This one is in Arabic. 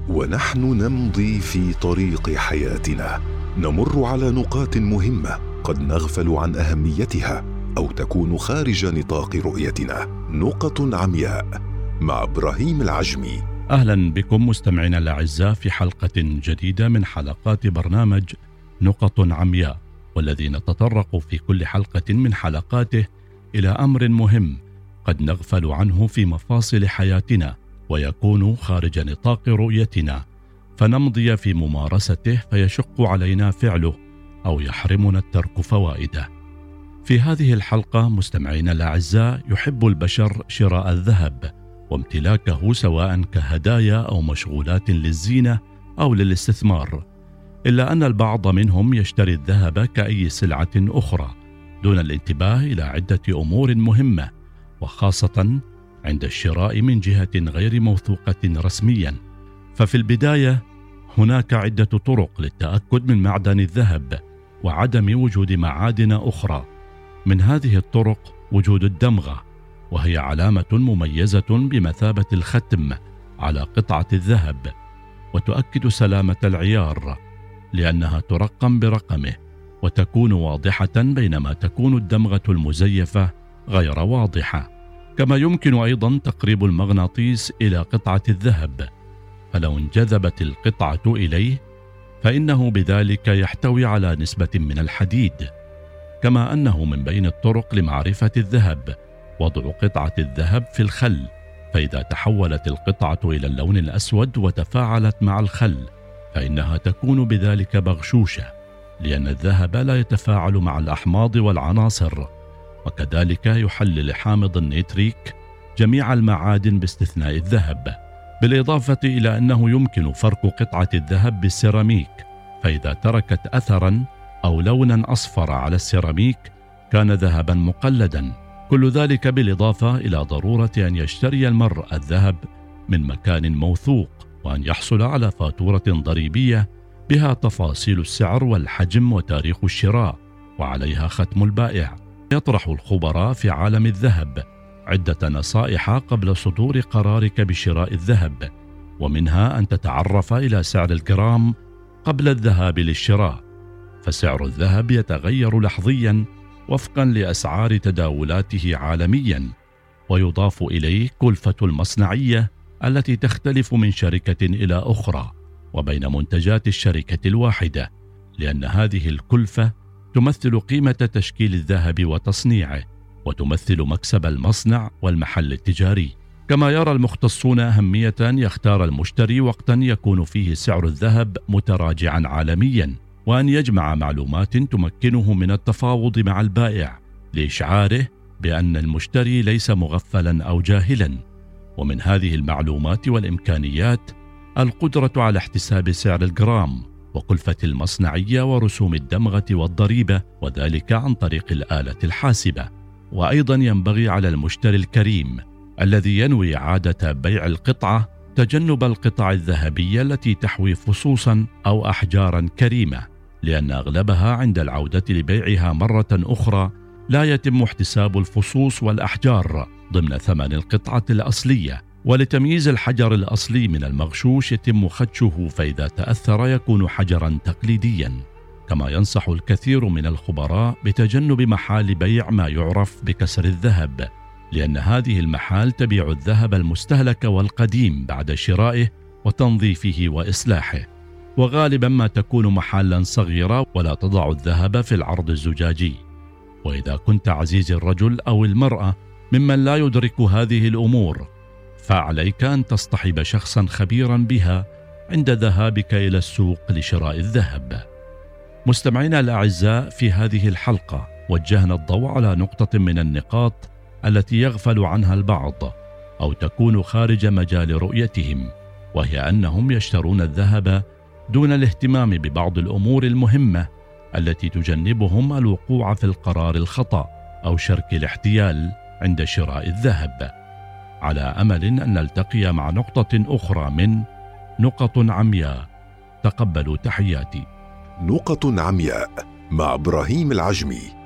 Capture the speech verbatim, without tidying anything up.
ونحن نمضي في طريق حياتنا نمر على نقاط مهمة قد نغفل عن أهميتها أو تكون خارج نطاق رؤيتنا. نقط عمياء مع إبراهيم العجمي. أهلا بكم مستمعينا الأعزاء في حلقة جديدة من حلقات برنامج نقط عمياء، والذي نتطرق في كل حلقة من حلقاته إلى أمر مهم قد نغفل عنه في مفاصل حياتنا ويكون خارج نطاق رؤيتنا، فنمضي في ممارسته فيشق علينا فعله أو يحرمنا الترك فوائده. في هذه الحلقة مستمعينا الأعزاء، يحب البشر شراء الذهب وامتلاكه سواء كهدايا أو مشغولات للزينة أو للاستثمار، إلا أن البعض منهم يشتري الذهب كأي سلعة أخرى دون الانتباه إلى عدة أمور مهمة، وخاصة عند الشراء من جهة غير موثوقة رسميا. ففي البداية هناك عدة طرق للتأكد من معدن الذهب وعدم وجود معادن أخرى. من هذه الطرق وجود الدمغة، وهي علامة مميزة بمثابة الختم على قطعة الذهب، وتؤكد سلامة العيار لأنها ترقم برقمه وتكون واضحة، بينما تكون الدمغة المزيفة غير واضحة. كما يمكن أيضا تقريب المغناطيس إلى قطعة الذهب، فلو انجذبت القطعة إليه فإنه بذلك يحتوي على نسبة من الحديد. كما أنه من بين الطرق لمعرفة الذهب وضع قطعة الذهب في الخل، فإذا تحولت القطعة إلى اللون الأسود وتفاعلت مع الخل فإنها تكون بذلك مغشوشة، لأن الذهب لا يتفاعل مع الأحماض والعناصر، وكذلك يحلل حامض النيتريك جميع المعادن باستثناء الذهب. بالإضافة إلى أنه يمكن فرق قطعة الذهب بالسيراميك، فإذا تركت أثرا أو لونا أصفر على السيراميك كان ذهبا مقلدا. كل ذلك بالإضافة إلى ضرورة أن يشتري المرء الذهب من مكان موثوق، وأن يحصل على فاتورة ضريبية بها تفاصيل السعر والحجم وتاريخ الشراء وعليها ختم البائع. يطرح الخبراء في عالم الذهب عدة نصائح قبل صدور قرارك بشراء الذهب، ومنها أن تتعرف إلى سعر الجرام قبل الذهاب للشراء، فسعر الذهب يتغير لحظيا وفقا لأسعار تداولاته عالميا، ويضاف إليه كلفة المصنعية التي تختلف من شركة إلى أخرى وبين منتجات الشركة الواحدة، لأن هذه الكلفة تمثل قيمة تشكيل الذهب وتصنيعه، وتمثل مكسب المصنع والمحل التجاري. كما يرى المختصون أهمية أن يختار المشتري وقتا يكون فيه سعر الذهب متراجعا عالميا، وأن يجمع معلومات تمكنه من التفاوض مع البائع لإشعاره بأن المشتري ليس مغفلا أو جاهلا. ومن هذه المعلومات والإمكانيات القدرة على احتساب سعر الجرام وكلفة المصنعية ورسوم الدمغة والضريبة، وذلك عن طريق الآلة الحاسبة. وأيضا ينبغي على المشتري الكريم الذي ينوي إعادة بيع القطعة تجنب القطع الذهبية التي تحوي فصوصا أو أحجارا كريمة، لأن أغلبها عند العودة لبيعها مرة أخرى لا يتم احتساب الفصوص والأحجار ضمن ثمن القطعة الأصلية. ولتمييز الحجر الأصلي من المغشوش يتم خدشه، فإذا تأثر يكون حجرا تقليديا. كما ينصح الكثير من الخبراء بتجنب محال بيع ما يعرف بكسر الذهب، لأن هذه المحال تبيع الذهب المستهلك والقديم بعد شرائه وتنظيفه وإصلاحه، وغالبا ما تكون محالا صغيرة ولا تضع الذهب في العرض الزجاجي. وإذا كنت عزيزي الرجل أو المرأة ممن لا يدرك هذه الأمور، فعليك أن تصطحب شخصا خبيرا بها عند ذهابك إلى السوق لشراء الذهب. مستمعينا الأعزاء، في هذه الحلقة وجهنا الضوء على نقطة من النقاط التي يغفل عنها البعض أو تكون خارج مجال رؤيتهم، وهي أنهم يشترون الذهب دون الاهتمام ببعض الأمور المهمة التي تجنبهم الوقوع في القرار الخطأ أو شرك الاحتيال عند شراء الذهب. على أمل أن نلتقي مع نقطة أخرى من نقط عمياء. تقبلوا تحياتي. نقط عمياء مع إبراهيم العجمي.